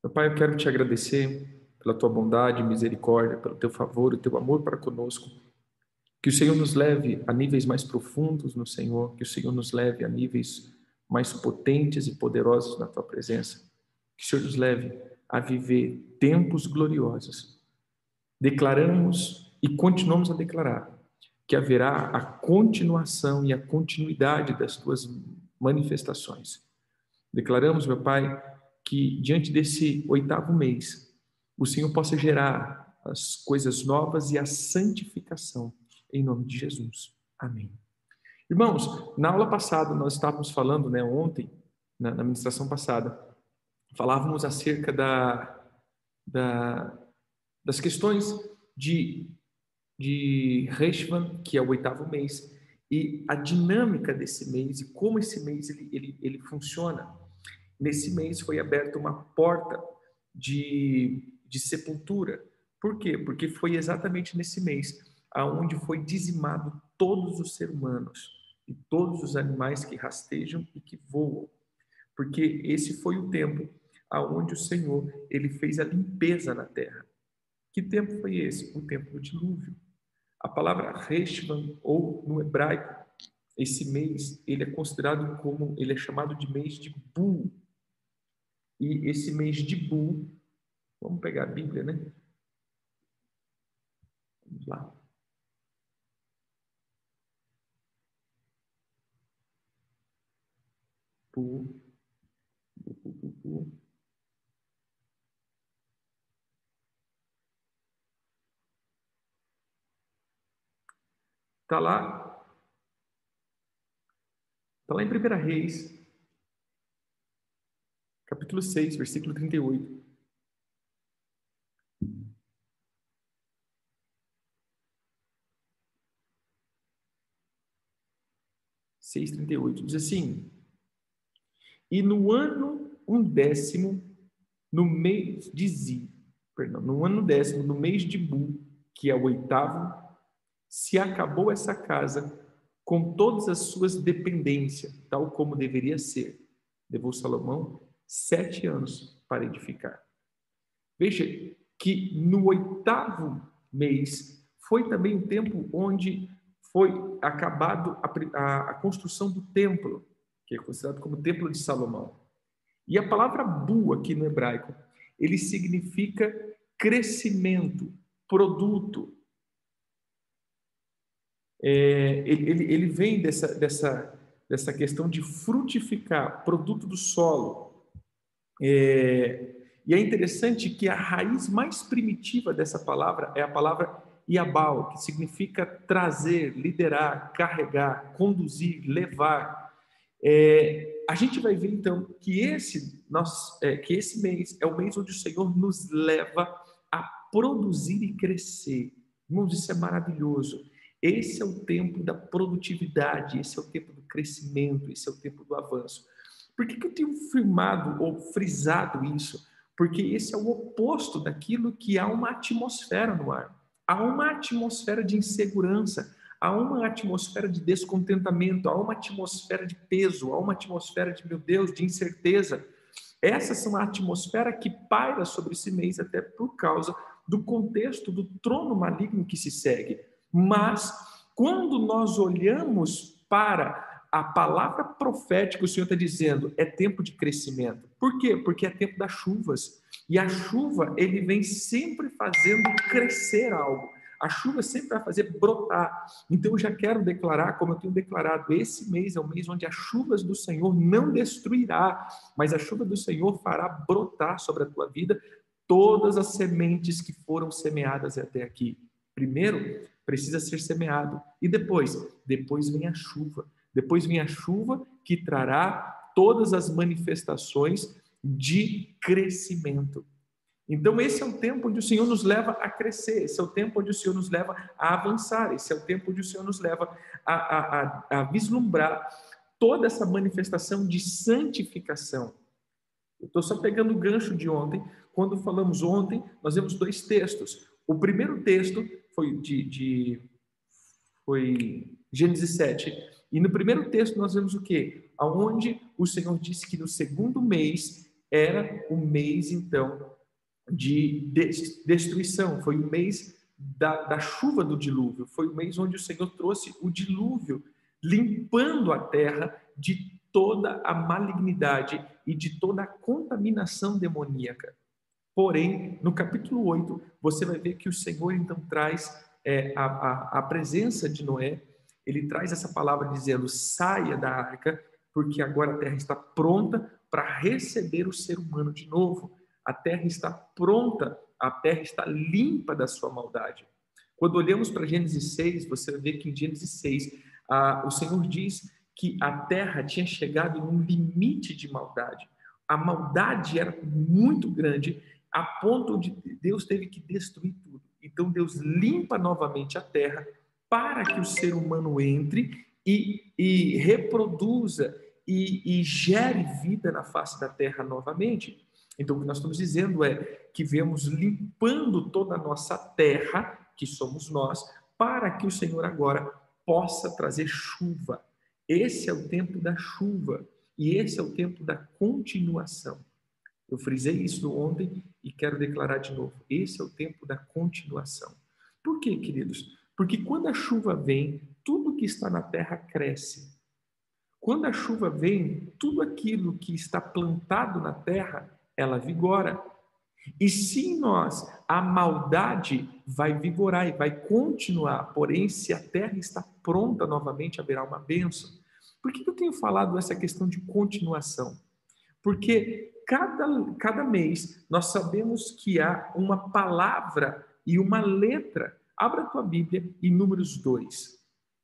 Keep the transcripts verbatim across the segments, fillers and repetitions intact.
Meu Pai, eu quero te agradecer pela tua bondade e misericórdia, pelo teu favor, o teu amor para conosco. Que o Senhor nos leve a níveis mais profundos no Senhor, que o Senhor nos leve a níveis mais potentes e poderosos na tua presença. Que o Senhor nos leve a viver tempos gloriosos. Declaramos e continuamos a declarar que haverá a continuação e a continuidade das tuas manifestações. Declaramos, meu Pai, que diante desse oitavo mês, o Senhor possa gerar as coisas novas e a santificação, em nome de Jesus. Amém. Irmãos, na aula passada, nós estávamos falando, né, ontem, na, na ministração passada, falávamos acerca da, da, das questões de, de Reshvan, que é o oitavo mês, e a dinâmica desse mês e como esse mês ele, ele, ele funciona. Nesse mês foi aberta uma porta de, de sepultura. Por quê? Porque foi exatamente nesse mês aonde foi dizimado todos os seres humanos e todos os animais que rastejam e que voam. Porque esse foi o tempo aonde o Senhor ele fez a limpeza na terra. Que tempo foi esse? O tempo do dilúvio. A palavra Reshvan, ou no hebraico, esse mês, ele é considerado como, ele é chamado de mês de Bul. E esse mês de Bul, vamos pegar a Bíblia, né? Vamos lá. Bul, Bul, Bul, Bul. Está lá, está lá em primeira Reis, capítulo seis, versículo trinta e oito. seis, trinta e oito. Diz assim: e no ano undécimo, no mês de Zi, perdão, no ano décimo, no mês de Bu, que é o oitavo, se acabou essa casa com todas as suas dependências, tal como deveria ser. Levou Salomão sete anos para edificar. Veja que no oitavo mês foi também o tempo onde foi acabado a, a, a construção do templo, que é considerado como o templo de Salomão. E a palavra bu aqui no hebraico, ele significa crescimento, produto. É, ele, ele, ele vem dessa, dessa, dessa questão de frutificar, produto do solo. É, e é interessante que a raiz mais primitiva dessa palavra é a palavra Iabal, que significa trazer, liderar, carregar, conduzir, levar. É, a gente vai ver então que esse, nós, é, que esse mês é o mês onde o Senhor nos leva a produzir e crescer. Irmãos, isso é maravilhoso. Esse é o tempo da produtividade, esse é o tempo do crescimento, esse é o tempo do avanço. Por que, que eu tenho firmado ou frisado isso? Porque esse é o oposto daquilo que há uma atmosfera no ar. Há uma atmosfera de insegurança, há uma atmosfera de descontentamento, há uma atmosfera de peso, há uma atmosfera de, meu Deus, de incerteza. Essas são a atmosfera que paira sobre esse mês, até por causa do contexto do trono maligno que se segue. Mas, quando nós olhamos para a palavra profética, o Senhor está dizendo, é tempo de crescimento. Por quê? Porque é tempo das chuvas. E a chuva, ele vem sempre fazendo crescer algo. A chuva sempre vai fazer brotar. Então, eu já quero declarar, como eu tenho declarado, esse mês é o mês onde as chuvas do Senhor não destruirá, mas a chuva do Senhor fará brotar sobre a tua vida todas as sementes que foram semeadas até aqui. Primeiro, precisa ser semeado. E depois? Depois vem a chuva. Depois vem a chuva que trará todas as manifestações de crescimento. Então, esse é o tempo onde o Senhor nos leva a crescer, esse é o tempo onde o Senhor nos leva a avançar, esse é o tempo onde o Senhor nos leva a, a, a, a vislumbrar toda essa manifestação de santificação. Eu estou só pegando o gancho de ontem. Quando falamos ontem, nós vemos dois textos. O primeiro texto foi de, de foi Gênesis sete. E no primeiro texto nós vemos o quê? Aonde o Senhor disse que no segundo mês era o mês, então, de destruição, foi o mês da, da chuva do dilúvio, foi o mês onde o Senhor trouxe o dilúvio, limpando a terra de toda a malignidade e de toda a contaminação demoníaca. Porém, no capítulo oito, você vai ver que o Senhor então traz é, a, a, a presença de Noé, ele traz essa palavra dizendo, saia da arca, porque agora a terra está pronta para receber o ser humano de novo. A terra está pronta, a terra está limpa da sua maldade. Quando olhamos para Gênesis seis, você vai ver que em Gênesis seis, ah, o Senhor diz que a terra tinha chegado num limite de maldade. A maldade era muito grande, a ponto de Deus teve que destruir tudo. Então Deus limpa novamente a terra para que o ser humano entre e, e reproduza e, e gere vida na face da terra novamente. Então o que nós estamos dizendo é que vemos limpando toda a nossa terra, que somos nós, para que o Senhor agora possa trazer chuva. Esse é o tempo da chuva e esse é o tempo da continuação. Eu frisei isso ontem e quero declarar de novo. Esse é o tempo da continuação. Por quê, queridos? Porque quando a chuva vem, tudo que está na terra cresce. Quando a chuva vem, tudo aquilo que está plantado na terra, ela vigora. E se em nós a maldade vai vigorar e vai continuar, porém, se a terra está pronta novamente, haverá uma bênção. Por que eu tenho falado essa questão de continuação? Porque cada, cada mês nós sabemos que há uma palavra e uma letra. Abra a tua Bíblia em Números dois.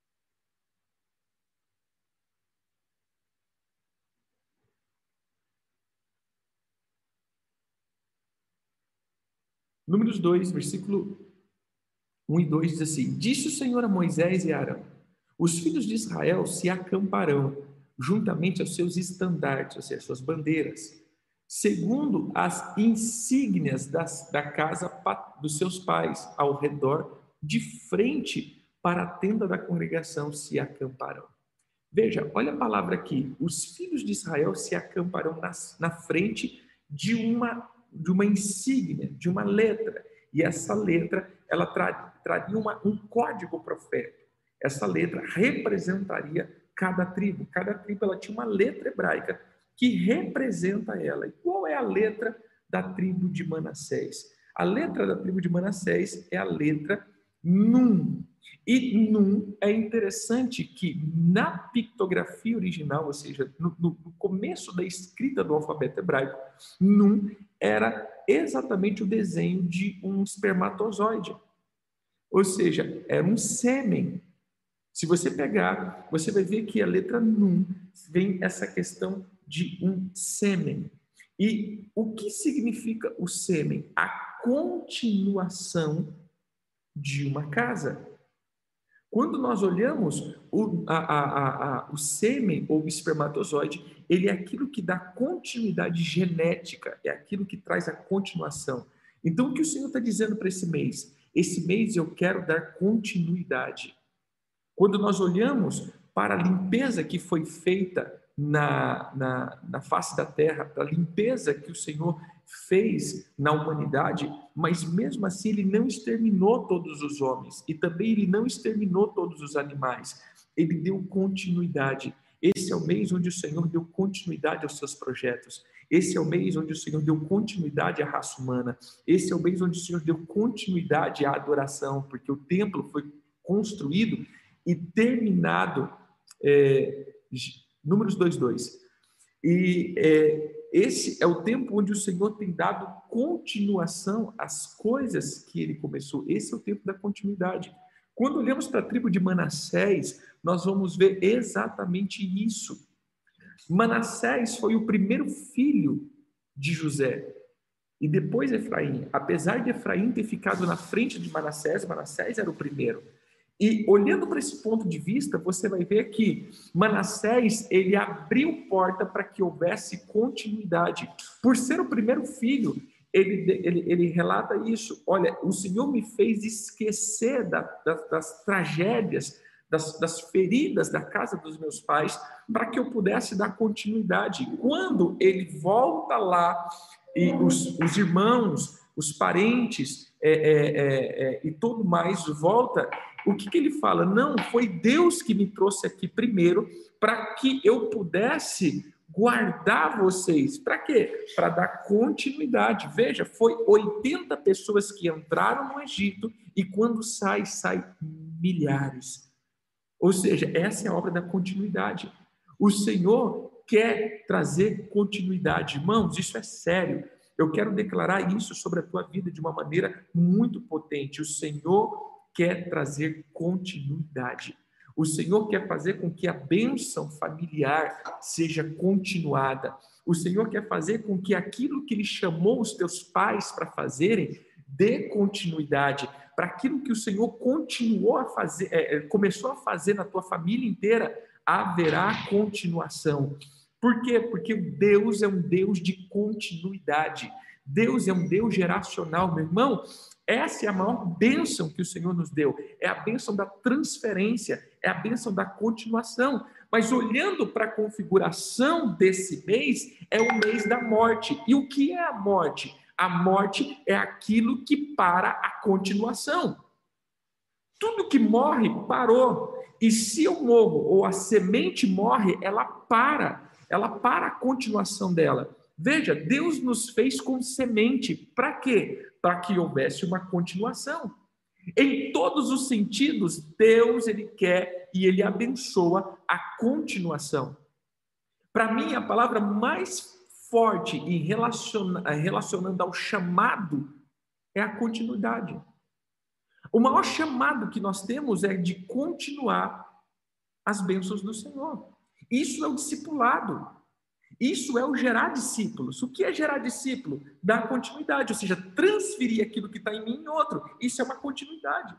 Números dois, versículo um e dois diz assim: Disse o Senhor a Moisés e a Arão: Os filhos de Israel se acamparão juntamente aos seus estandartes, ou seja, suas bandeiras, segundo as insígnias das, da casa dos seus pais, ao redor, de frente para a tenda da congregação se acamparão. Veja, olha a palavra aqui: os filhos de Israel se acamparão na, na frente de uma, de uma insígnia, de uma letra. E essa letra, ela tra, traria uma, um código profético. Essa letra representaria cada tribo. Cada tribo ela tinha uma letra hebraica que representa ela. E qual é a letra da tribo de Manassés? A letra da tribo de Manassés é a letra Num. E Num é interessante que na pictografia original, ou seja, no, no começo da escrita do alfabeto hebraico, Num era exatamente o desenho de um espermatozoide. Ou seja, era um sêmen. Se você pegar, você vai ver que a letra Num vem essa questão de um sêmen. E o que significa o sêmen? A continuação de uma casa. Quando nós olhamos o, a, a, a, o sêmen ou o espermatozoide, ele é aquilo que dá continuidade genética, é aquilo que traz a continuação. Então, o que o Senhor está dizendo para esse mês? Esse mês eu quero dar continuidade. Quando nós olhamos para a limpeza que foi feita na, na, na face da terra, para a limpeza que o Senhor fez na humanidade, mas mesmo assim ele não exterminou todos os homens e também ele não exterminou todos os animais. Ele deu continuidade. Esse é o mês onde o Senhor deu continuidade aos seus projetos. Esse é o mês onde o Senhor deu continuidade à raça humana. Esse é o mês onde o Senhor deu continuidade à adoração, porque o templo foi construído e terminado, é, Números dois, dois. E é, esse é o tempo onde o Senhor tem dado continuação às coisas que ele começou. Esse é o tempo da continuidade. Quando olhamos para a tribo de Manassés, nós vamos ver exatamente isso. Manassés foi o primeiro filho de José. E depois Efraim. Apesar de Efraim ter ficado na frente de Manassés, Manassés era o primeiro. E olhando para esse ponto de vista, você vai ver que Manassés, ele abriu porta para que houvesse continuidade. Por ser o primeiro filho, ele, ele, ele relata isso. Olha, o Senhor me fez esquecer da, das, das tragédias das, das feridas da casa dos meus pais, para que eu pudesse dar continuidade. Quando ele volta lá, e os, os irmãos, os parentes é, é, é, é, e tudo mais volta, o que, que ele fala? Não, foi Deus que me trouxe aqui primeiro, para que eu pudesse guardar vocês. Para quê? Para dar continuidade. Veja, foi oitenta pessoas que entraram no Egito e quando sai, sai milhares. Ou seja, essa é a obra da continuidade. O Senhor quer trazer continuidade. Irmãos, isso é sério. Eu quero declarar isso sobre a tua vida de uma maneira muito potente. O Senhor quer trazer continuidade. O Senhor quer fazer com que a bênção familiar seja continuada. O Senhor quer fazer com que aquilo que Ele chamou os teus pais para fazerem dê continuidade. Para aquilo que o Senhor continuou a fazer, é, começou a fazer na tua família inteira, haverá continuação. Por quê? Porque Deus é um Deus de continuidade. Deus é um Deus geracional, meu irmão. Essa é a maior bênção que o Senhor nos deu. É a bênção da transferência, é a bênção da continuação. Mas olhando para a configuração desse mês, é o mês da morte. E o que é a morte? A morte é aquilo que para a continuação. Tudo que morre, parou. E se eu morro, ou a semente morre, ela para. Ela para a continuação dela. Veja, Deus nos fez com semente. Para quê? Para que houvesse uma continuação. Em todos os sentidos, Deus, Ele quer e Ele abençoa a continuação. Para mim, a palavra mais forte em relaciona, relacionando ao chamado é a continuidade. O maior chamado que nós temos é de continuar as bênçãos do Senhor. Isso é o discipulado. Isso é o gerar discípulos. O que é gerar discípulo? Dar continuidade, ou seja, transferir aquilo que está em mim em outro. Isso é uma continuidade.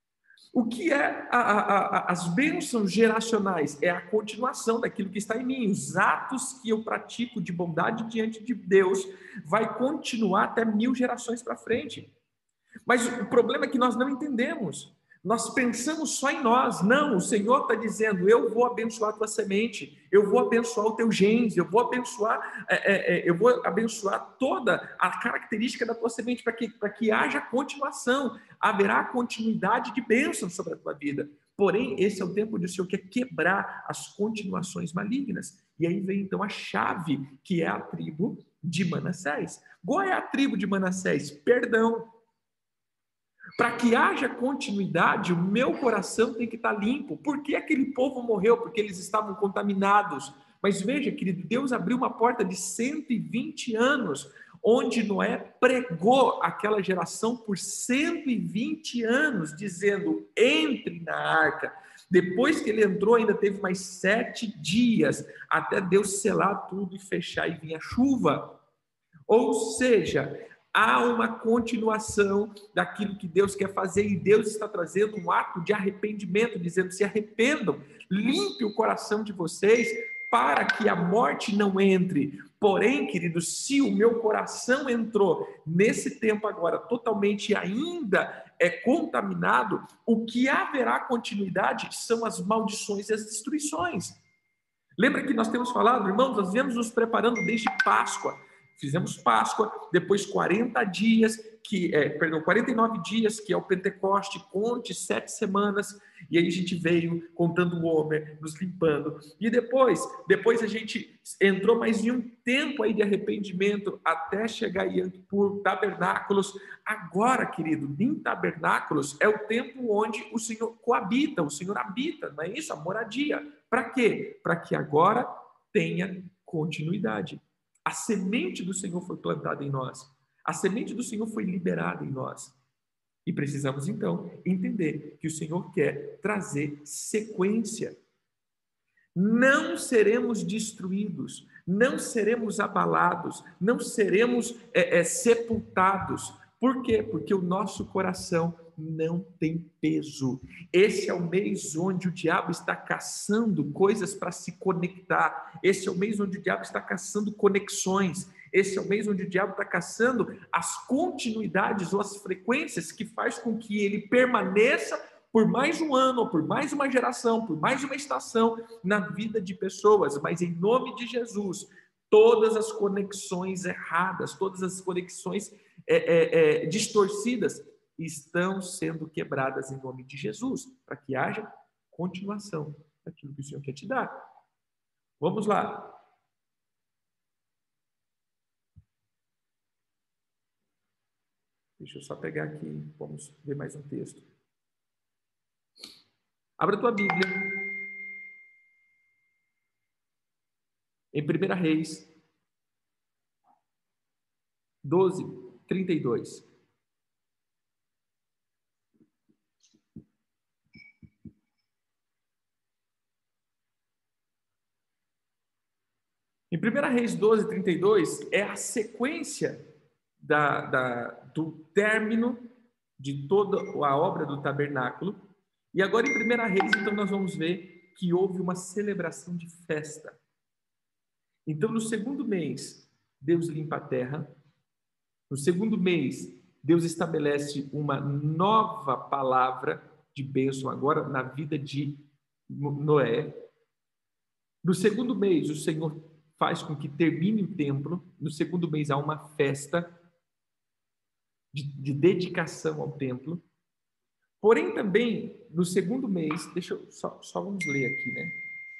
O que é a, a, a, as bênçãos geracionais? É a continuação daquilo que está em mim. Os atos que eu pratico de bondade diante de Deus vai continuar até mil gerações para frente. Mas o problema é que nós não entendemos. Nós pensamos só em nós. Não, o Senhor está dizendo, eu vou abençoar a tua semente, eu vou abençoar o teu genes, eu vou abençoar, é, é, eu vou abençoar toda a característica da tua semente para que, para que haja continuação. Haverá continuidade de bênção sobre a tua vida. Porém, esse é o tempo onde o Senhor quer quebrar as continuações malignas. E aí vem então a chave, que é a tribo de Manassés. Qual é a tribo de Manassés? Perdão. Para que haja continuidade, o meu coração tem que estar limpo. Por que aquele povo morreu? Porque eles estavam contaminados. Mas veja, querido, Deus abriu uma porta de cento e vinte anos, onde Noé pregou aquela geração por cento e vinte anos, dizendo, entre na arca. Depois que ele entrou, ainda teve mais sete dias, até Deus selar tudo e fechar e vir a chuva. Ou seja, há uma continuação daquilo que Deus quer fazer e Deus está trazendo um ato de arrependimento, dizendo, se arrependam, limpe o coração de vocês para que a morte não entre. Porém, queridos, se o meu coração entrou nesse tempo agora totalmente ainda é contaminado, o que haverá continuidade são as maldições e as destruições. Lembra que nós temos falado, irmãos, nós viemos nos preparando desde Páscoa. Fizemos Páscoa, depois quarenta dias, que, é, perdão, quarenta e nove dias, que é o Pentecoste, conte sete semanas, e aí a gente veio contando o Homer, nos limpando. E depois, depois a gente entrou mais em um tempo aí de arrependimento, até chegar aí por tabernáculos. Agora, querido, em tabernáculos é o tempo onde o Senhor coabita, o Senhor habita, não é isso? A moradia. Para quê? Para que agora tenha continuidade. A semente do Senhor foi plantada em nós. A semente do Senhor foi liberada em nós. E precisamos, então, entender que o Senhor quer trazer sequência. Não seremos destruídos, não seremos abalados, não seremos é, é, sepultados. Por quê? Porque o nosso coração não tem peso. Esse é o mês onde o diabo está caçando coisas para se conectar. Esse é o mês onde o diabo está caçando conexões. Esse é o mês onde o diabo está caçando as continuidades ou as frequências que faz com que ele permaneça por mais um ano, ou por mais uma geração, por mais uma estação na vida de pessoas, mas em nome de Jesus, todas as conexões erradas, todas as conexões é, é, é, distorcidas estão sendo quebradas em nome de Jesus, para que haja continuação daquilo que o Senhor quer te dar. Vamos lá. Deixa eu só pegar aqui, vamos ver mais um texto. Abra a tua Bíblia. Em primeira Reis doze, trinta e dois. Em primeira Reis doze, trinta e dois, é a sequência da, da, do término de toda a obra do tabernáculo. E agora em primeira Reis, então, nós vamos ver que houve uma celebração de festa. Então, no segundo mês, Deus limpa a terra. No segundo mês, Deus estabelece uma nova palavra de bênção agora na vida de Noé. No segundo mês, o Senhor faz com que termine o templo. No segundo mês, há uma festa de, de dedicação ao templo. Porém, também, no segundo mês, deixa eu, só, só vamos ler aqui, né?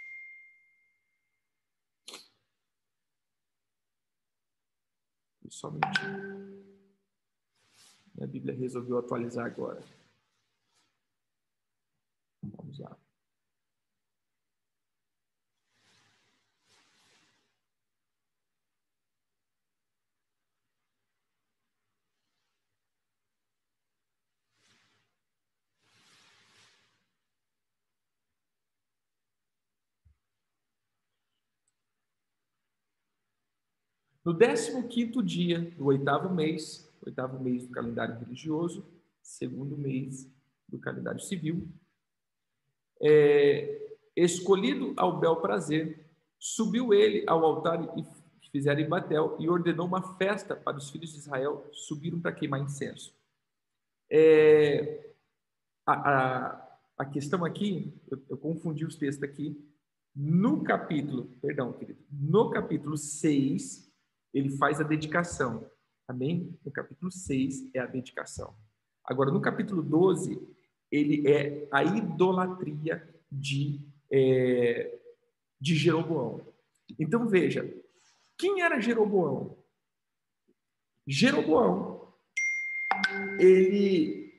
Só um minutinho. A Bíblia resolveu atualizar agora. Vamos lá. No décimo quinto dia do oitavo mês, oitavo mês do calendário religioso, segundo mês do calendário civil, é, escolhido ao bel prazer, subiu ele ao altar e fizeram em Batel e ordenou uma festa para os filhos de Israel, subiram para queimar incenso. É, a, a, a questão aqui, eu, eu confundi os textos aqui, no capítulo, perdão, querido, no capítulo seis, ele faz a dedicação, amém? No capítulo seis é a dedicação. Agora, no capítulo doze, ele é a idolatria de, é, de Jeroboão. Então, veja, quem era Jeroboão? Jeroboão, ele,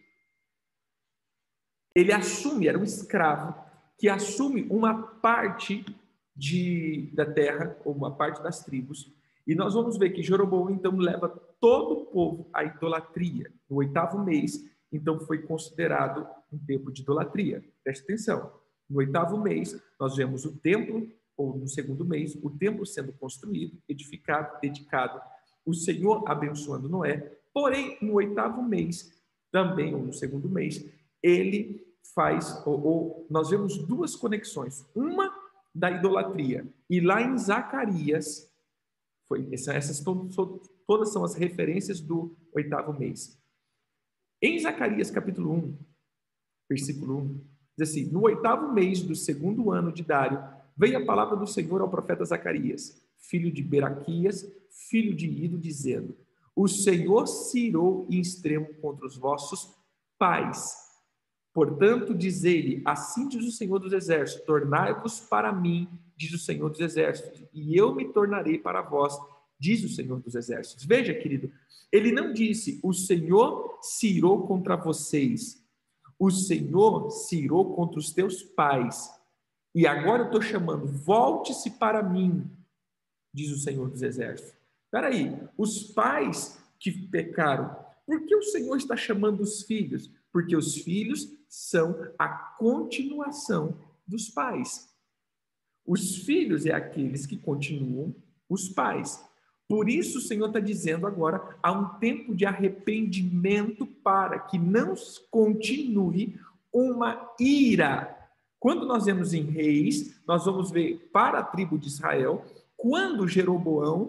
ele assume, era um escravo, que assume uma parte de, da terra, ou uma parte das tribos, e nós vamos ver que Jeroboão, então, leva todo o povo à idolatria. No oitavo mês, então, foi considerado um tempo de idolatria. Preste atenção. No oitavo mês, nós vemos o templo, ou no segundo mês, o templo sendo construído, edificado, dedicado, o Senhor abençoando Noé. Porém, no oitavo mês, também, ou no segundo mês, ele faz, ou, ou nós vemos duas conexões. Uma da idolatria. E lá em Zacarias, foi, essas todas são as referências do oitavo mês. Em Zacarias capítulo um, versículo um, diz assim: no oitavo mês do segundo ano de Dário, veio a palavra do Senhor ao profeta Zacarias, filho de Beraquias, filho de Ido, dizendo: o Senhor se irou em extremo contra os vossos pais. Portanto, diz ele: assim diz o Senhor dos Exércitos, tornai-vos para mim, diz o Senhor dos Exércitos, e eu me tornarei para vós, diz o Senhor dos Exércitos. Veja, querido, ele não disse: o Senhor se irou contra vocês, o Senhor se irou contra os teus pais, e agora eu estou chamando, volte-se para mim, diz o Senhor dos Exércitos. Espera aí, os pais que pecaram, por que o Senhor está chamando os filhos? Porque os filhos são a continuação dos pais. Os filhos é aqueles que continuam os pais. Por isso o Senhor está dizendo agora, há um tempo de arrependimento para que não continue uma ira. Quando nós vemos em Reis, nós vamos ver para a tribo de Israel, quando Jeroboão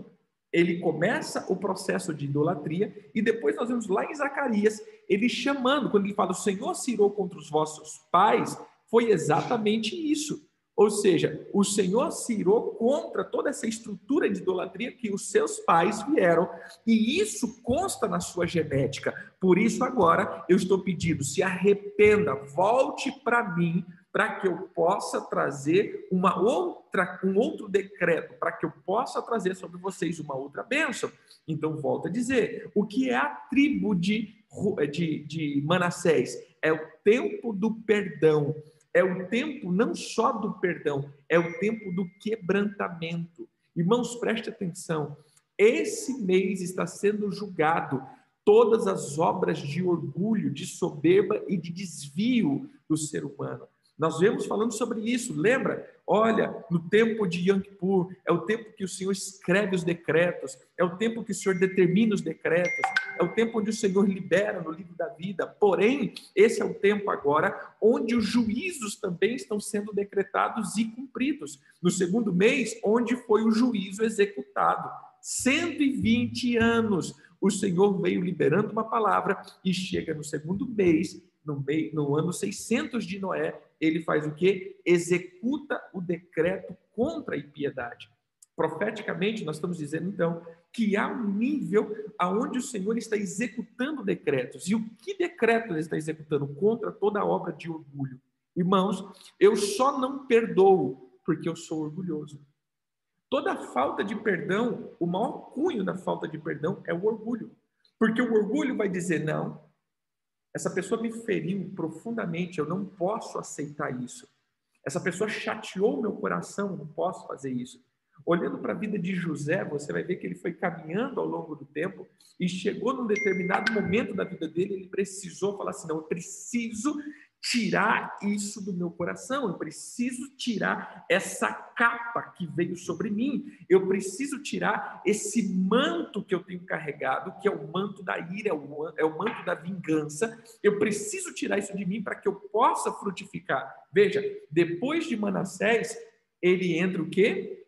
Ele começa o processo de idolatria e depois nós vemos lá em Zacarias, ele chamando, quando ele fala, o Senhor se irou contra os vossos pais, foi exatamente isso. Ou seja, o Senhor se irou contra toda essa estrutura de idolatria que os seus pais vieram, e isso consta na sua genética. Por isso agora eu estou pedindo, se arrependa, volte para mim, para que eu possa trazer uma outra, um outro decreto, para que eu possa trazer sobre vocês uma outra bênção. Então, volto a dizer, o que é a tribo de, de, de Manassés? É o tempo do perdão, é o tempo não só do perdão, é o tempo do quebrantamento. Irmãos, preste atenção, esse mês está sendo julgado todas as obras de orgulho, de soberba e de desvio do ser humano. Nós vemos falando sobre isso, lembra? Olha, no tempo de Yom Kippur, é o tempo que o Senhor escreve os decretos, é o tempo que o Senhor determina os decretos, é o tempo onde o Senhor libera no livro da vida. Porém, esse é o tempo agora onde os juízos também estão sendo decretados e cumpridos. No segundo mês, onde foi o juízo executado. cento e vinte anos, o Senhor veio liberando uma palavra e chega no segundo mês, no, meio, no ano seiscentos de Noé, ele faz o quê? Executa o decreto contra a impiedade. Profeticamente, nós estamos dizendo, então, que há um nível aonde o Senhor está executando decretos. E o que decreto ele está executando? Contra toda a obra de orgulho. Irmãos, eu só não perdoo porque eu sou orgulhoso. Toda falta de perdão, o maior cunho da falta de perdão é o orgulho. Porque o orgulho vai dizer, não, essa pessoa me feriu profundamente, eu não posso aceitar isso. Essa pessoa chateou meu coração, eu não posso fazer isso. Olhando para a vida de José, você vai ver que ele foi caminhando ao longo do tempo e chegou num determinado momento da vida dele, ele precisou falar assim, não, eu preciso tirar isso do meu coração, eu preciso tirar essa capa que veio sobre mim, eu preciso tirar esse manto que eu tenho carregado, que é o manto da ira, é o manto da vingança, eu preciso tirar isso de mim para que eu possa frutificar. Veja, depois de Manassés, ele entra o quê?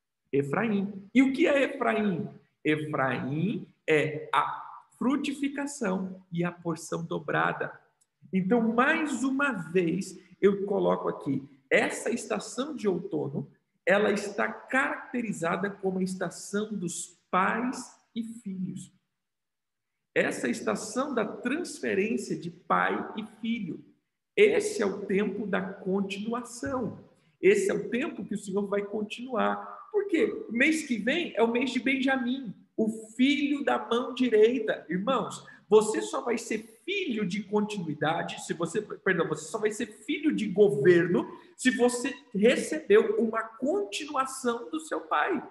Efraim. E o que é Efraim? Efraim é a frutificação e a porção dobrada. Então, mais uma vez, eu coloco aqui, essa estação de outono, ela está caracterizada como a estação dos pais e filhos. Essa estação da transferência de pai e filho. Esse é o tempo da continuação. Esse é o tempo que o Senhor vai continuar. Por quê? O mês que vem é o mês de Benjamim, o filho da mão direita. Irmãos, você só vai ser filho de continuidade, se você, perdão, você só vai ser filho de governo se você recebeu uma continuação do seu pai.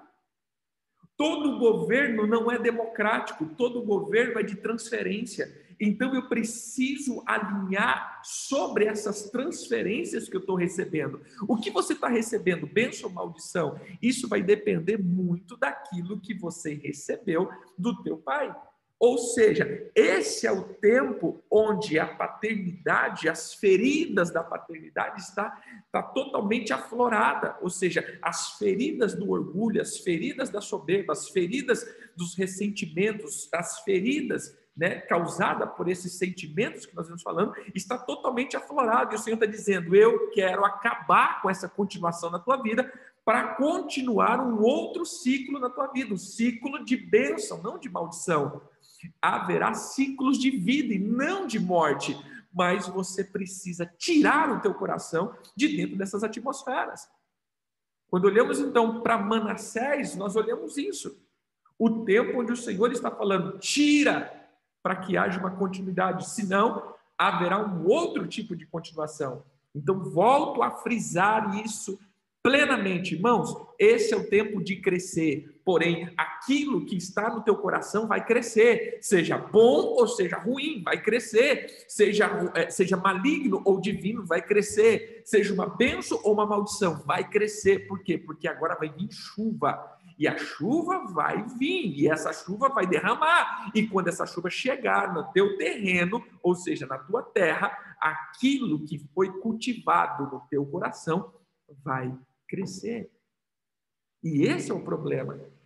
Todo governo não é democrático, todo governo é de transferência. Então eu preciso alinhar sobre essas transferências que eu estou recebendo. O que você está recebendo, bênção ou maldição? Isso vai depender muito daquilo que você recebeu do teu pai. Ou seja, esse é o tempo onde a paternidade, as feridas da paternidade está, está totalmente aflorada. Ou seja, as feridas do orgulho, as feridas da soberba, as feridas dos ressentimentos, as feridas, né, causadas por esses sentimentos que nós estamos falando, está totalmente aflorado. E o Senhor está dizendo, eu quero acabar com essa continuação na tua vida para continuar um outro ciclo na tua vida, um ciclo de bênção, não de maldição. Haverá ciclos de vida e não de morte, mas você precisa tirar o teu coração de dentro dessas atmosferas. Quando olhamos então para Manassés, nós olhamos isso, o tempo onde o Senhor está falando, tira para que haja uma continuidade, senão haverá um outro tipo de continuação. Então volto a frisar isso plenamente, irmãos, esse é o tempo de crescer, porém, aquilo que está no teu coração vai crescer, seja bom ou seja ruim, vai crescer, seja, seja maligno ou divino, vai crescer, seja uma bênção ou uma maldição, vai crescer, por quê? Porque agora vai vir chuva, e a chuva vai vir, e essa chuva vai derramar, e quando essa chuva chegar no teu terreno, ou seja, na tua terra, aquilo que foi cultivado no teu coração vai crescer. E esse é o problema.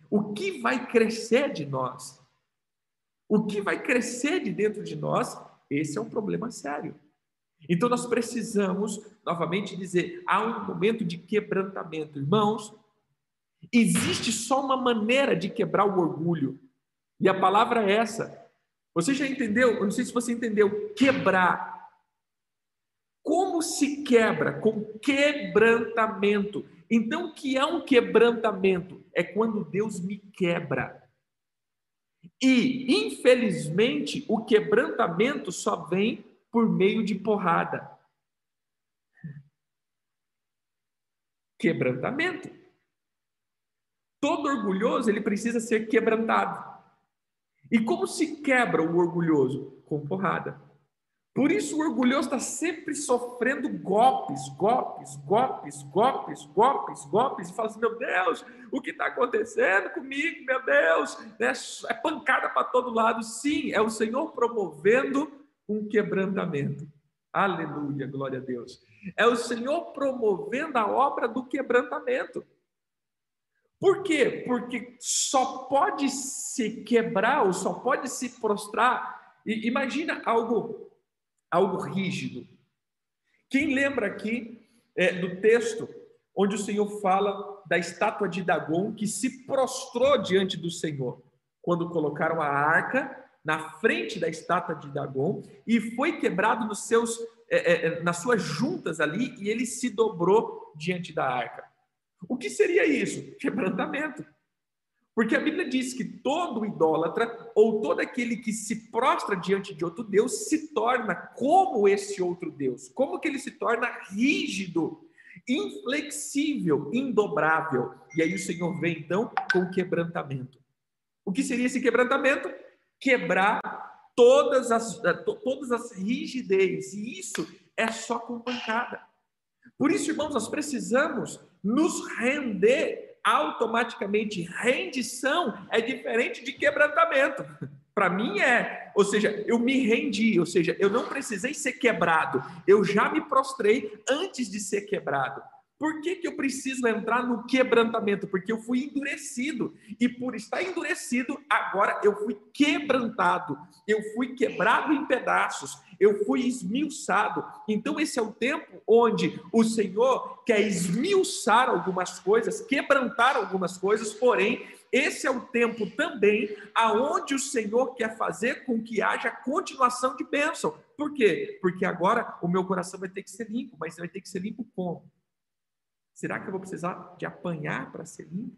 O que vai crescer de nós? O que vai crescer de dentro de nós? Esse é um problema sério. Então nós precisamos, novamente dizer, há um momento de quebrantamento. Irmãos, existe só uma maneira de quebrar o orgulho. E a palavra é essa. Você já entendeu? Eu não sei se você entendeu. Quebrar. Como se quebra? Com quebrantamento. Então, o que é um quebrantamento? É quando Deus me quebra. E, infelizmente, o quebrantamento só vem por meio de porrada. Quebrantamento. Todo orgulhoso, ele precisa ser quebrantado. E como se quebra o orgulhoso? Com porrada. Por isso o orgulhoso está sempre sofrendo golpes, golpes, golpes, golpes, golpes, golpes, e fala assim, meu Deus, o que está acontecendo comigo, meu Deus? É pancada para todo lado. Sim, é o Senhor promovendo um quebrantamento. Aleluia, glória a Deus. É o Senhor promovendo a obra do quebrantamento. Por quê? Porque só pode se quebrar, ou só pode se prostrar. E imagina algo... algo rígido. Quem lembra aqui é, do texto onde o Senhor fala da estátua de Dagon que se prostrou diante do Senhor, quando colocaram a arca na frente da estátua de Dagon e foi quebrado nos seus, é, é, nas suas juntas ali e ele se dobrou diante da arca. O que seria isso? Quebrantamento. Porque a Bíblia diz que todo idólatra ou todo aquele que se prostra diante de outro Deus se torna como esse outro Deus. Como que ele se torna rígido, inflexível, indobrável. E aí o Senhor vem então com o quebrantamento. O que seria esse quebrantamento? Quebrar todas as, todas as rigidez. E isso é só com pancada. Por isso, irmãos, nós precisamos nos render automaticamente. Rendição é diferente de quebrantamento. Para mim é, ou seja, eu me rendi, ou seja, eu não precisei ser quebrado, eu já me prostrei antes de ser quebrado. Por que que eu preciso entrar no quebrantamento? Porque eu fui endurecido, e por estar endurecido, agora eu fui quebrantado, eu fui quebrado em pedaços, eu fui esmiuçado. Então esse é o tempo onde o Senhor quer esmiuçar algumas coisas, quebrantar algumas coisas, porém, esse é o tempo também aonde o Senhor quer fazer com que haja continuação de bênção. Por quê? Porque agora o meu coração vai ter que ser limpo, mas vai ter que ser limpo como? Será que eu vou precisar de apanhar para ser limpo?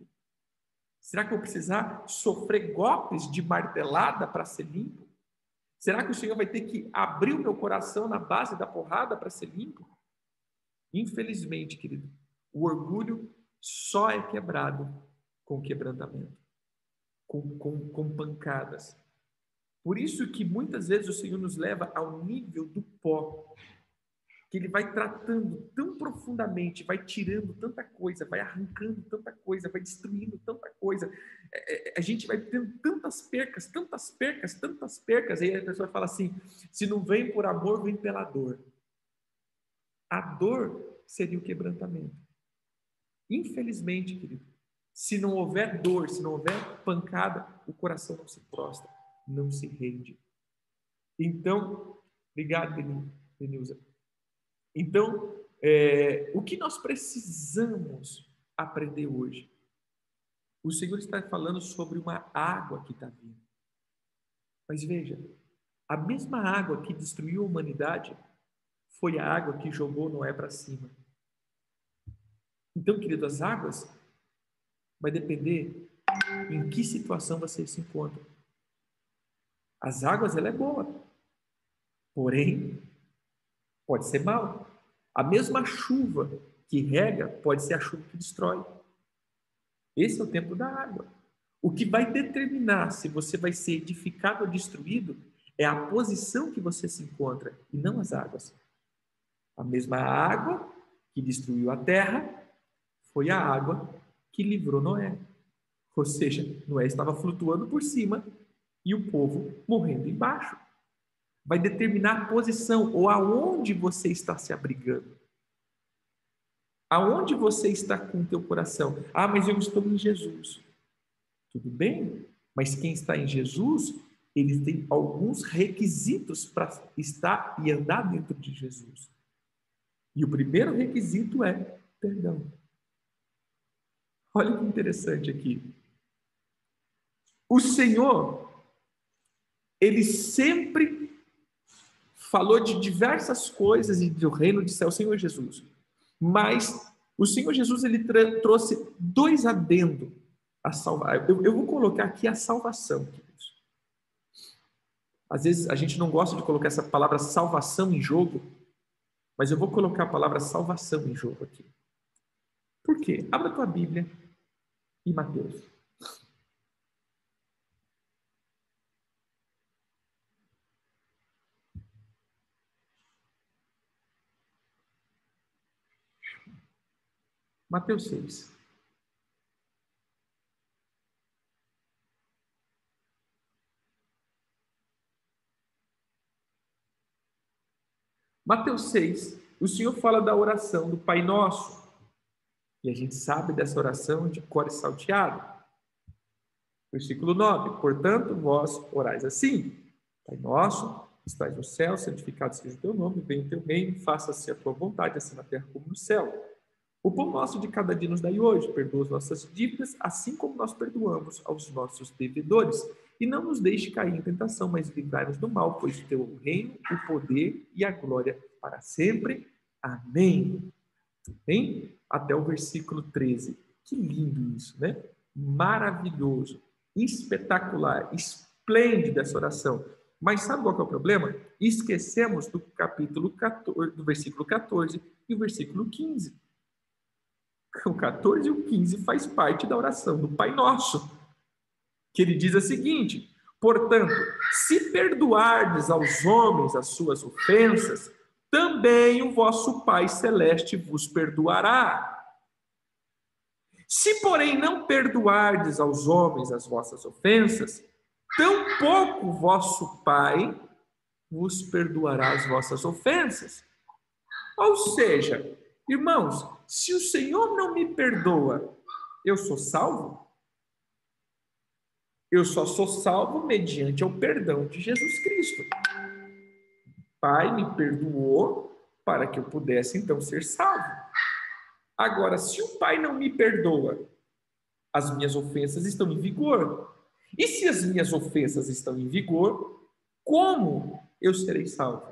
Será que eu vou precisar sofrer golpes de martelada para ser limpo? Será que o Senhor vai ter que abrir o meu coração na base da porrada para ser limpo? Infelizmente, querido, o orgulho só é quebrado com quebrantamento, com, com, com pancadas. Por isso que muitas vezes o Senhor nos leva ao nível do pó, que Ele vai tratando tão profundamente, vai tirando tanta coisa, vai arrancando tanta coisa, vai destruindo tanta coisa. É, é, a gente vai tendo tantas percas, tantas percas, tantas percas. Aí a pessoa fala assim, se não vem por amor, vem pela dor. A dor seria o quebrantamento. Infelizmente, querido, se não houver dor, se não houver pancada, o coração não se prostra, não se rende. Então, obrigado, Denilza. Então, é, o que nós precisamos aprender hoje? O Senhor está falando sobre uma água que está vindo. Mas veja, a mesma água que destruiu a humanidade foi a água que jogou Noé para cima. Então, querido, as águas vai depender em que situação você se encontra. As águas, ela é boa, porém, pode ser mal. A mesma chuva que rega pode ser a chuva que destrói. Esse é o tempo da água. O que vai determinar se você vai ser edificado ou destruído é a posição que você se encontra e não as águas. A mesma água que destruiu a terra foi a água que livrou Noé. Ou seja, Noé estava flutuando por cima e o povo morrendo embaixo. Vai determinar a posição ou aonde você está se abrigando. Aonde você está com o teu coração? Ah, mas eu estou em Jesus. Tudo bem, mas quem está em Jesus, ele tem alguns requisitos para estar e andar dentro de Jesus. E o primeiro requisito é perdão. Olha que interessante aqui. O Senhor, ele sempre falou de diversas coisas e do reino de céu, o Senhor Jesus. Mas o Senhor Jesus, ele trouxe dois adendos a salvar. Eu, eu vou colocar aqui a salvação, queridos. Às vezes a gente não gosta de colocar essa palavra salvação em jogo, mas eu vou colocar a palavra salvação em jogo aqui. Por quê? Abra a tua Bíblia em Mateus. Mateus seis. Mateus seis, o Senhor fala da oração do Pai Nosso. E a gente sabe dessa oração de cor e salteado. Versículo nove. Portanto, vós orais assim: Pai Nosso, que estás no céu, santificado seja o teu nome, venha o teu reino, faça-se a tua vontade, assim na terra como no céu. O pão nosso de cada dia nos dai hoje, perdoa as nossas dívidas, assim como nós perdoamos aos nossos devedores. E não nos deixe cair em tentação, mas livrai-nos do mal, pois o teu é o reino, o poder e a glória para sempre. Amém. Bem, até o versículo treze. Que lindo isso, né? Maravilhoso, espetacular, esplêndido essa oração. Mas sabe qual que é o problema? Esquecemos do capítulo quatorze, do versículo quatorze e o versículo quinze. O quatorze e o quinze faz parte da oração do Pai Nosso, que ele diz a seguinte: portanto, se perdoardes aos homens as suas ofensas, também o vosso Pai Celeste vos perdoará. Se, porém, não perdoardes aos homens as vossas ofensas, tampouco o vosso Pai vos perdoará as vossas ofensas. Ou seja, irmãos, se o Senhor não me perdoa, eu sou salvo? Eu só sou salvo mediante o perdão de Jesus Cristo. Pai me perdoou para que eu pudesse então ser salvo. Agora, se o Pai não me perdoa, as minhas ofensas estão em vigor. E se as minhas ofensas estão em vigor, como eu serei salvo?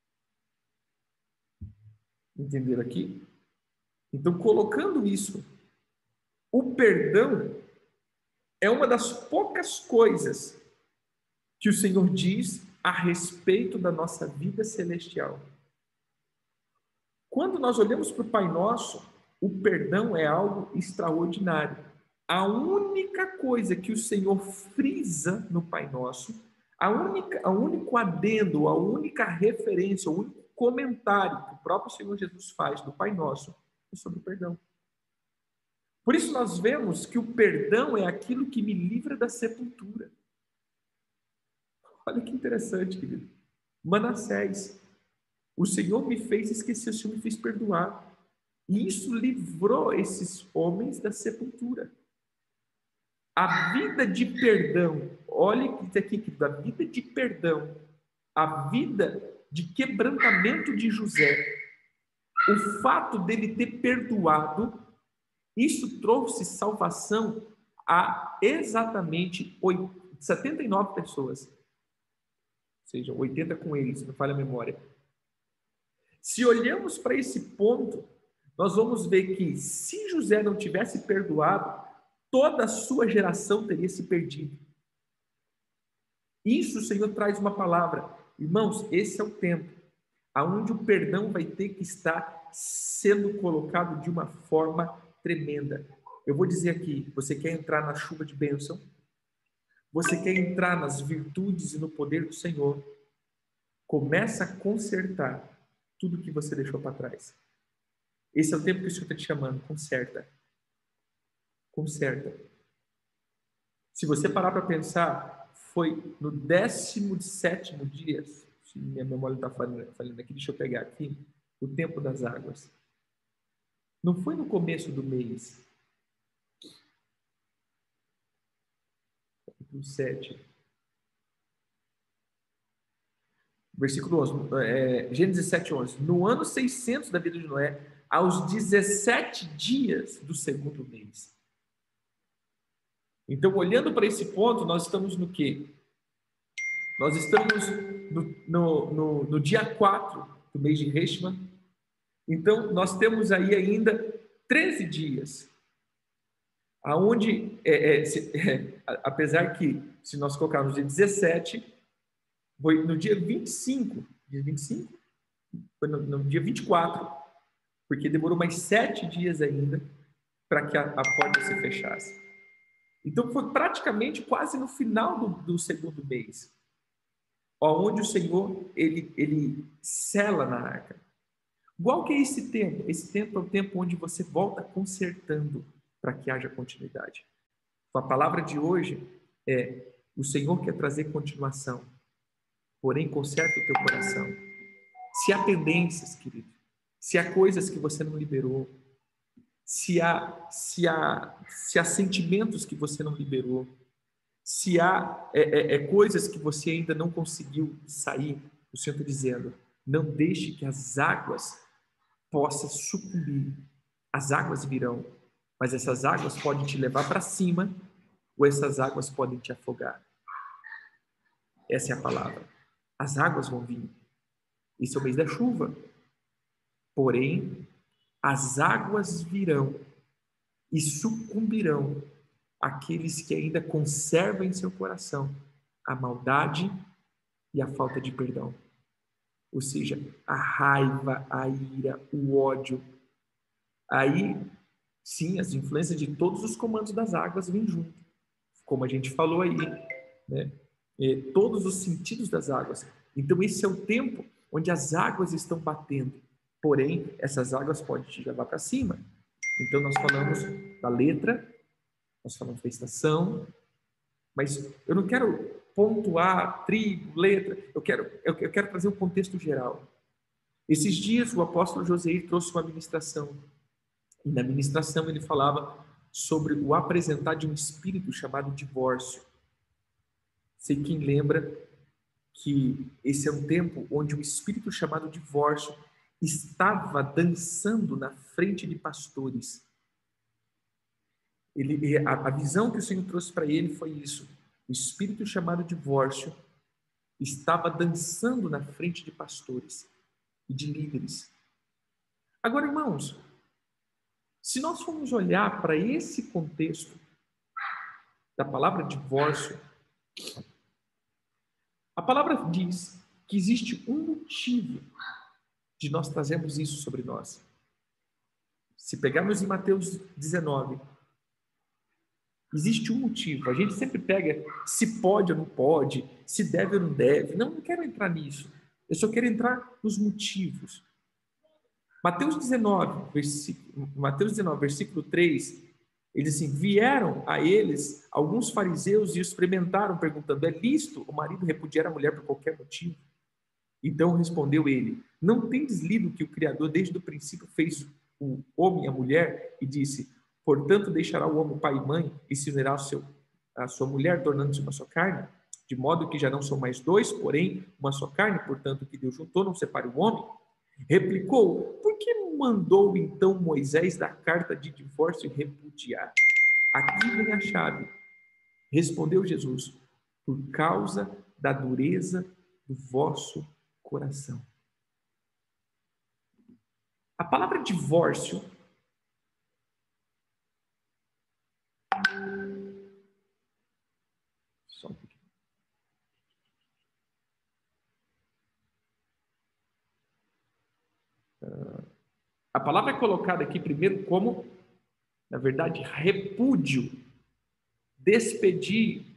Entenderam aqui? Então, colocando isso, o perdão é uma das poucas coisas que o Senhor diz a respeito da nossa vida celestial. Quando nós olhamos para o Pai Nosso, o perdão é algo extraordinário. A única coisa que o Senhor frisa no Pai Nosso, a única, a único adendo, a única referência, o único comentário que o próprio Senhor Jesus faz do Pai Nosso é sobre o perdão. Por isso nós vemos que o perdão é aquilo que me livra da sepultura. Olha que interessante, querido. Manassés, o Senhor me fez esquecer, o Senhor me fez perdoar. E isso livrou esses homens da sepultura. A vida de perdão, olha aqui, querido, a vida de perdão, a vida de quebrantamento de José, o fato dele ter perdoado, isso trouxe salvação a exatamente setenta e nove pessoas. Ou seja, oitenta com eles, não falha a memória. Se olhamos para esse ponto, nós vamos ver que se José não tivesse perdoado, toda a sua geração teria se perdido. Isso o Senhor traz uma palavra. Irmãos, esse é o tempo onde o perdão vai ter que estar sendo colocado de uma forma tremenda. Eu vou dizer aqui, você quer entrar na chuva de bênção? Você quer entrar nas virtudes e no poder do Senhor? Começa a consertar tudo que você deixou para trás. Esse é o tempo que o Senhor está te chamando. Conserta. Conserta. Se você parar para pensar, foi no décimo sétimo dia, se minha memória está falando, falando aqui, deixa eu pegar aqui, o tempo das águas. Não foi no começo do mês. capítulo sete. Versículo onze, é, Gênesis sete, onze. No ano seiscentos da vida de Noé, aos dezessete dias do segundo mês. Então, olhando para esse ponto, nós estamos no quê? Nós estamos no, no, no, no dia quatro do mês de Reshvan. Então, nós temos aí ainda treze dias, aonde, é, é, se, é, apesar que, se nós colocarmos dia dezessete, foi no dia vinte e cinco, dia vinte e cinco? Foi no, no dia vinte e quatro, porque demorou mais sete dias ainda para que a, a porta se fechasse. Então, foi praticamente quase no final do, do segundo mês, onde o Senhor, ele, ele sela na arca. Qual que é esse tempo? Esse tempo é o tempo onde você volta consertando para que haja continuidade. Então, a palavra de hoje é: o Senhor quer trazer continuação, porém conserta o teu coração. Se há pendências, querido, se há coisas que você não liberou, se há, se há, se há sentimentos que você não liberou, se há é, é, é, coisas que você ainda não conseguiu sair, o Senhor está dizendo: não deixe que as águas possam sucumbir. As águas virão, mas essas águas podem te levar para cima, ou essas águas podem te afogar. Essa é a palavra. As águas vão vir. Esse é o mês da chuva. Porém, as águas virão e sucumbirão aqueles que ainda conservam em seu coração a maldade e a falta de perdão. Ou seja, a raiva, a ira, o ódio. Aí, sim, as influências de todos os comandos das águas vêm junto. Como a gente falou aí, né? E todos os sentidos das águas. Então, esse é o tempo onde as águas estão batendo. Porém, essas águas podem te levar para cima. Então, nós falamos da letra, nós falamos da estação, mas eu não quero pontuar tribo, letra, eu quero, eu quero trazer um contexto geral. Esses dias, o apóstolo Joseir trouxe uma ministração, e na ministração ele falava sobre o apresentar de um espírito chamado divórcio. Sei quem lembra que esse é um tempo onde um espírito chamado divórcio estava dançando na frente de pastores. Ele, a, a visão que o Senhor trouxe para ele foi isso: o espírito chamado divórcio estava dançando na frente de pastores e de líderes. Agora, irmãos, se nós formos olhar para esse contexto da palavra divórcio, a palavra diz que existe um motivo de nós trazermos isso sobre nós. Se pegarmos em Mateus dezenove, existe um motivo. A gente sempre pega se pode ou não pode, se deve ou não deve. Não, não quero entrar nisso. Eu só quero entrar nos motivos. Mateus dezenove, versículo, Mateus dezenove, versículo três, ele diz assim: vieram a eles alguns fariseus e os experimentaram, perguntando: é lícito o marido repudiar a mulher por qualquer motivo? Então respondeu ele: não tendes lido que o Criador desde o princípio fez o homem e a mulher, e disse: portanto deixará o homem pai e mãe e se unirá ao seu, a sua mulher, tornando-se uma só carne, de modo que já não são mais dois, porém uma só carne, portanto o que Deus juntou não separe o homem. Replicou: por que mandou então Moisés dar carta de divórcio e repudiar? Aqui vem a chave. Respondeu Jesus: por causa da dureza do vosso coração. A palavra divórcio só um pouquinho. A palavra é colocada aqui primeiro como, na verdade, repúdio, despedir,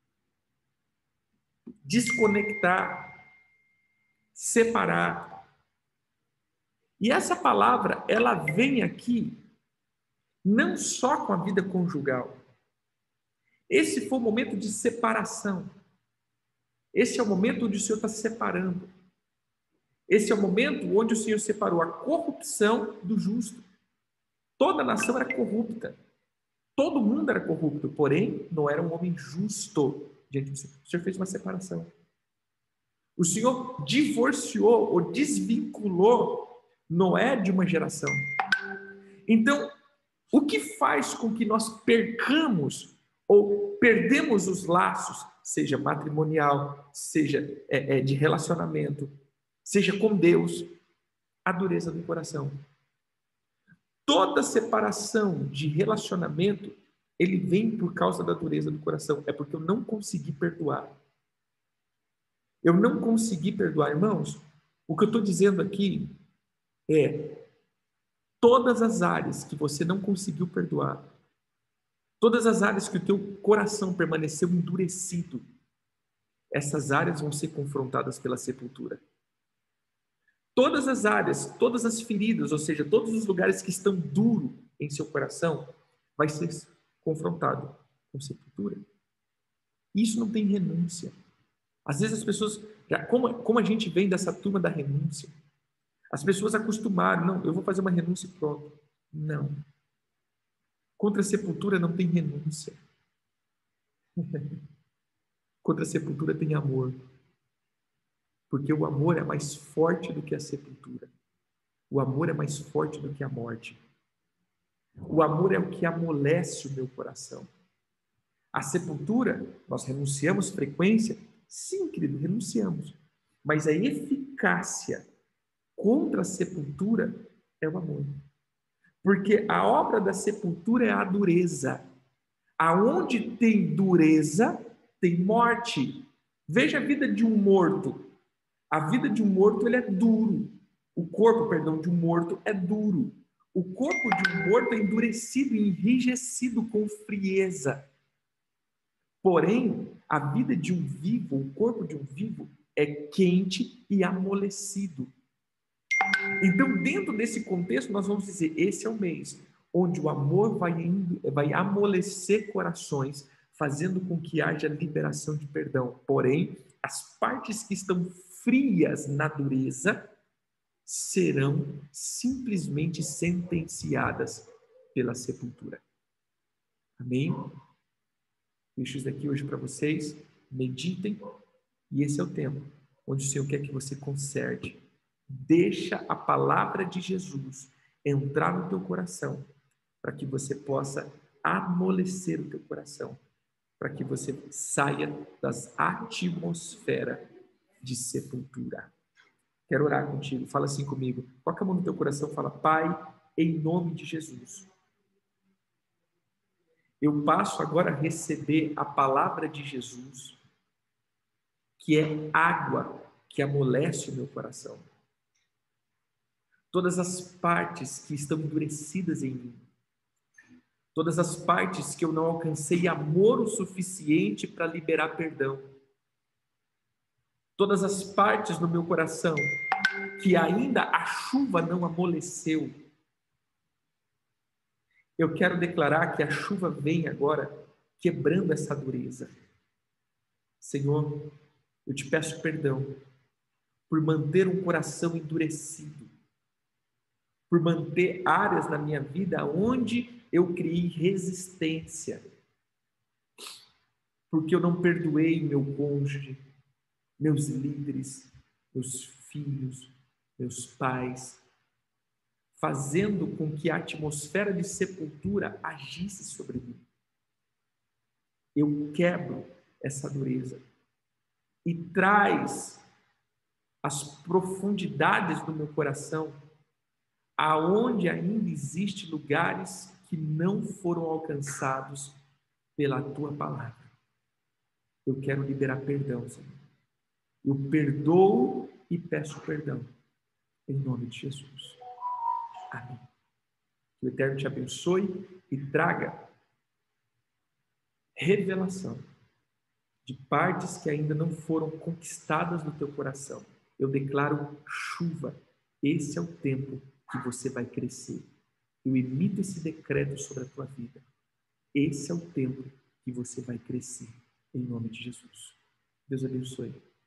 desconectar, separar. E essa palavra, ela vem aqui não só com a vida conjugal. Esse foi o momento de separação. Esse é o momento onde o Senhor está separando. Esse é o momento onde o Senhor separou a corrupção do justo. Toda a nação era corrupta. Todo mundo era corrupto, porém, não era um homem justo diante do Senhor. O Senhor fez uma separação. O Senhor divorciou ou desvinculou Noé de uma geração. Então, o que faz com que nós percamos ou perdemos os laços, seja matrimonial, seja é, é, de relacionamento, seja com Deus, a dureza do coração. Toda separação de relacionamento, ele vem por causa da dureza do coração. É porque eu não consegui perdoar. Eu não consegui perdoar, irmãos. O que eu estou dizendo aqui é todas as áreas que você não conseguiu perdoar, todas as áreas que o teu coração permaneceu endurecido, essas áreas vão ser confrontadas pela sepultura. Todas as áreas, todas as feridas, ou seja, todos os lugares que estão duros em seu coração, vai ser confrontado com sepultura. Isso não tem renúncia. Às vezes as pessoas, como, como a gente vem dessa turma da renúncia, as pessoas acostumaram, não, eu vou fazer uma renúncia e pronto. Não. Contra a sepultura não tem renúncia. Contra a sepultura tem amor. Porque o amor é mais forte do que a sepultura. O amor é mais forte do que a morte. O amor é o que amolece o meu coração. A sepultura, nós renunciamos frequência? Sim, querido, renunciamos. Mas a eficácia contra a sepultura é o amor. Porque a obra da sepultura é a dureza. Aonde tem dureza, tem morte. Veja a vida de um morto. A vida de um morto, ele é duro. O corpo, perdão, de um morto é duro. O corpo de um morto é endurecido e enrijecido com frieza. Porém, a vida de um vivo, o corpo de um vivo, é quente e amolecido. Então, dentro desse contexto, nós vamos dizer, esse é o mês onde o amor vai, vai amolecer corações, fazendo com que haja liberação de perdão. Porém, as partes que estão frias na dureza serão simplesmente sentenciadas pela sepultura. Amém? Deixo isso aqui hoje para vocês, meditem, e esse é o tempo onde o Senhor quer que você conserte. Deixa a palavra de Jesus entrar no teu coração, para que você possa amolecer o teu coração, para que você saia das atmosferas de sepultura. Quero orar contigo, fala assim comigo, coloca a mão no teu coração, fala, Pai, em nome de Jesus, eu passo agora a receber a palavra de Jesus, que é água que amolece o meu coração. Todas as partes que estão endurecidas em mim, todas as partes que eu não alcancei amor o suficiente para liberar perdão, todas as partes no meu coração que ainda a chuva não amoleceu, eu quero declarar que a chuva vem agora quebrando essa dureza. Senhor, eu te peço perdão por manter um coração endurecido, por manter áreas na minha vida onde eu criei resistência, porque eu não perdoei meu cônjuge, meus líderes, meus filhos, meus pais, fazendo com que a atmosfera de sepultura agisse sobre mim. Eu quebro essa dureza e traz as profundidades do meu coração, aonde ainda existem lugares que não foram alcançados pela tua palavra. Eu quero liberar perdão, Senhor. Eu perdoo e peço perdão, em nome de Jesus. Amém. Que o Eterno te abençoe e traga revelação de partes que ainda não foram conquistadas no teu coração. Eu declaro chuva. Esse é o tempo que você vai crescer. Eu emito esse decreto sobre a tua vida. Esse é o tempo que você vai crescer, em nome de Jesus. Deus abençoe.